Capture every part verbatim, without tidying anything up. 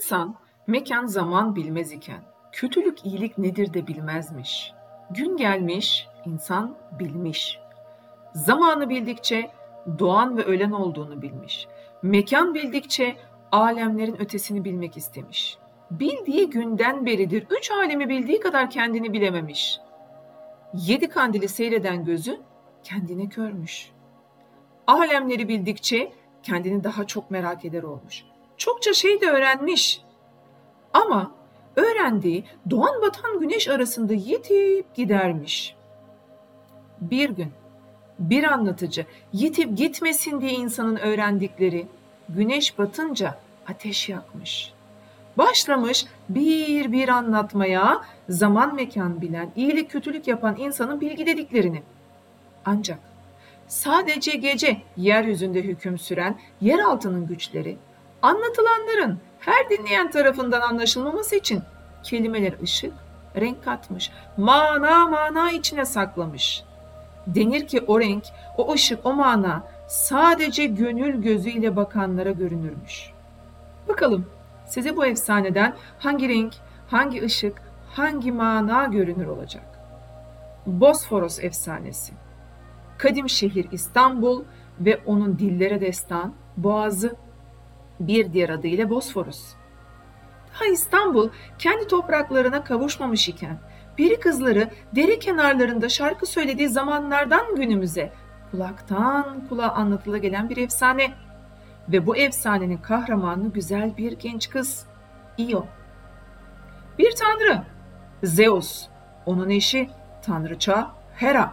İnsan mekan zaman bilmez iken kötülük iyilik nedir de bilmezmiş. Gün gelmiş, insan bilmiş. Zamanı bildikçe doğan ve ölen olduğunu bilmiş. Mekan bildikçe alemlerin ötesini bilmek istemiş. Bildiği günden beridir üç alemi bildiği kadar kendini bilememiş. Yedi kandili seyreden gözü kendine körmüş. Alemleri bildikçe kendini daha çok merak eder olmuş. Çokça şey de öğrenmiş. Ama öğrendiği doğan batan güneş arasında yitip gidermiş. Bir gün bir anlatıcı yitip gitmesin diye insanın öğrendikleri güneş batınca ateş yakmış. Başlamış bir bir anlatmaya zaman mekan bilen, iyilik kötülük yapan insanın bilgi dediklerini. Ancak sadece gece yeryüzünde hüküm süren yeraltının güçleri, anlatılanların her dinleyen tarafından anlaşılmaması için kelimeler ışık, renk katmış, mana mana içine saklamış. Denir ki o renk, o ışık, o mana sadece gönül gözüyle bakanlara görünürmüş. Bakalım size bu efsaneden hangi renk, hangi ışık, hangi mana görünür olacak? Bosforos efsanesi. Kadim şehir İstanbul ve onun dillere destan Boğazı, bir diğer adıyla Bosforus. Daha İstanbul kendi topraklarına kavuşmamış iken peri kızları dere kenarlarında şarkı söylediği zamanlardan günümüze kulaktan kulağa anlatıla gelen bir efsane. Ve bu efsanenin kahramanı güzel bir genç kız, Io. Bir tanrı, Zeus, onun eşi tanrıça Hera.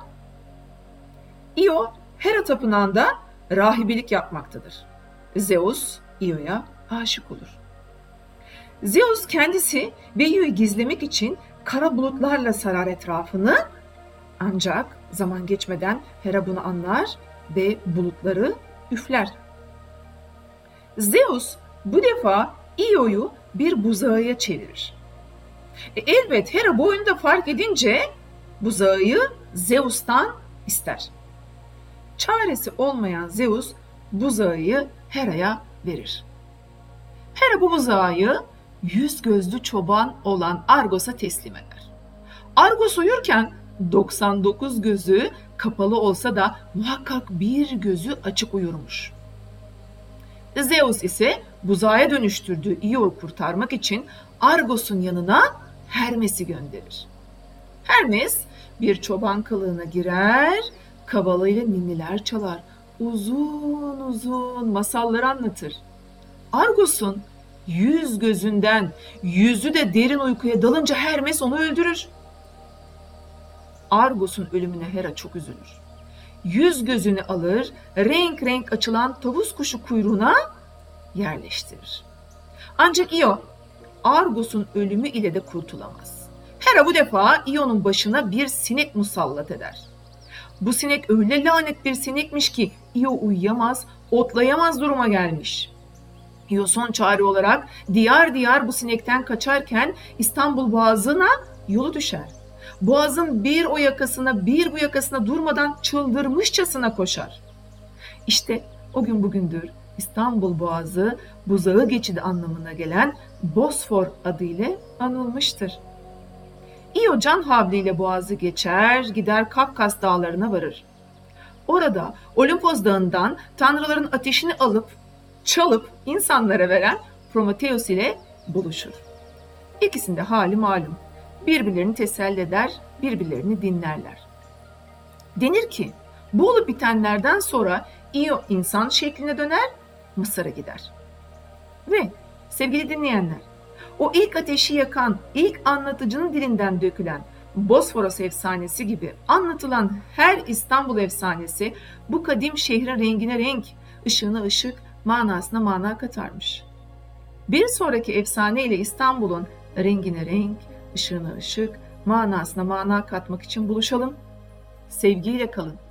Io, Hera tapınağında rahibelik yapmaktadır. Zeus, Io'ya aşık olur. Zeus kendisi ve Io'yu gizlemek için kara bulutlarla sarar etrafını, ancak zaman geçmeden Hera bunu anlar ve bulutları üfler. Zeus bu defa Io'yu bir buzağıya çevirir. E, elbet Hera bu oyunu da fark edince buzağıyı Zeus'tan ister. Çaresi olmayan Zeus buzağıyı Hera'ya verir. Hera bu buzağıyı yüz gözlü çoban olan Argos'a teslim eder. Argos uyurken doksan dokuz gözü kapalı olsa da muhakkak bir gözü açık uyurmuş. Zeus ise buzağa dönüştürdüğü Io'yu kurtarmak için Argos'un yanına Hermes'i gönderir. Hermes bir çoban kılığına girer, kabalıyla ninniler çalar, uzun uzun masallar anlatır. Argos'un yüz gözünden yüzü de derin uykuya dalınca Hermes onu öldürür. Argos'un ölümüne Hera çok üzülür. Yüz gözünü alır, renk renk açılan tavus kuşu kuyruğuna yerleştirir. Ancak Io, Argos'un ölümü ile de kurtulamaz. Hera bu defa Io'nun başına bir sinek musallat eder. Bu sinek öyle lanet bir sinekmiş ki Io uyuyamaz, otlayamaz duruma gelmiş. Io son çare olarak diyar diyar bu sinekten kaçarken İstanbul Boğazı'na yolu düşer. Boğazın bir o yakasına bir bu yakasına durmadan çıldırmışçasına koşar. İşte o gün bugündür İstanbul Boğazı buzağı geçidi anlamına gelen Bosfor adıyla anılmıştır. Io can havliyle boğazı geçer, gider Kafkas dağlarına varır. Orada Olimpos dağından tanrıların ateşini alıp, çalıp insanlara veren Prometheus ile buluşur. İkisinde hali malum. Birbirlerini teselli eder, birbirlerini dinlerler. Denir ki bu olup bitenlerden sonra Io insan şekline döner, Mısır'a gider. Ve sevgili dinleyenler, o ilk ateşi yakan, ilk anlatıcının dilinden dökülen Bosforos efsanesi gibi anlatılan her İstanbul efsanesi bu kadim şehrin rengine renk, ışığına ışık, manasına mana katarmış. Bir sonraki efsane ile İstanbul'un rengine renk, ışığına ışık, manasına mana katmak için buluşalım. Sevgiyle kalın.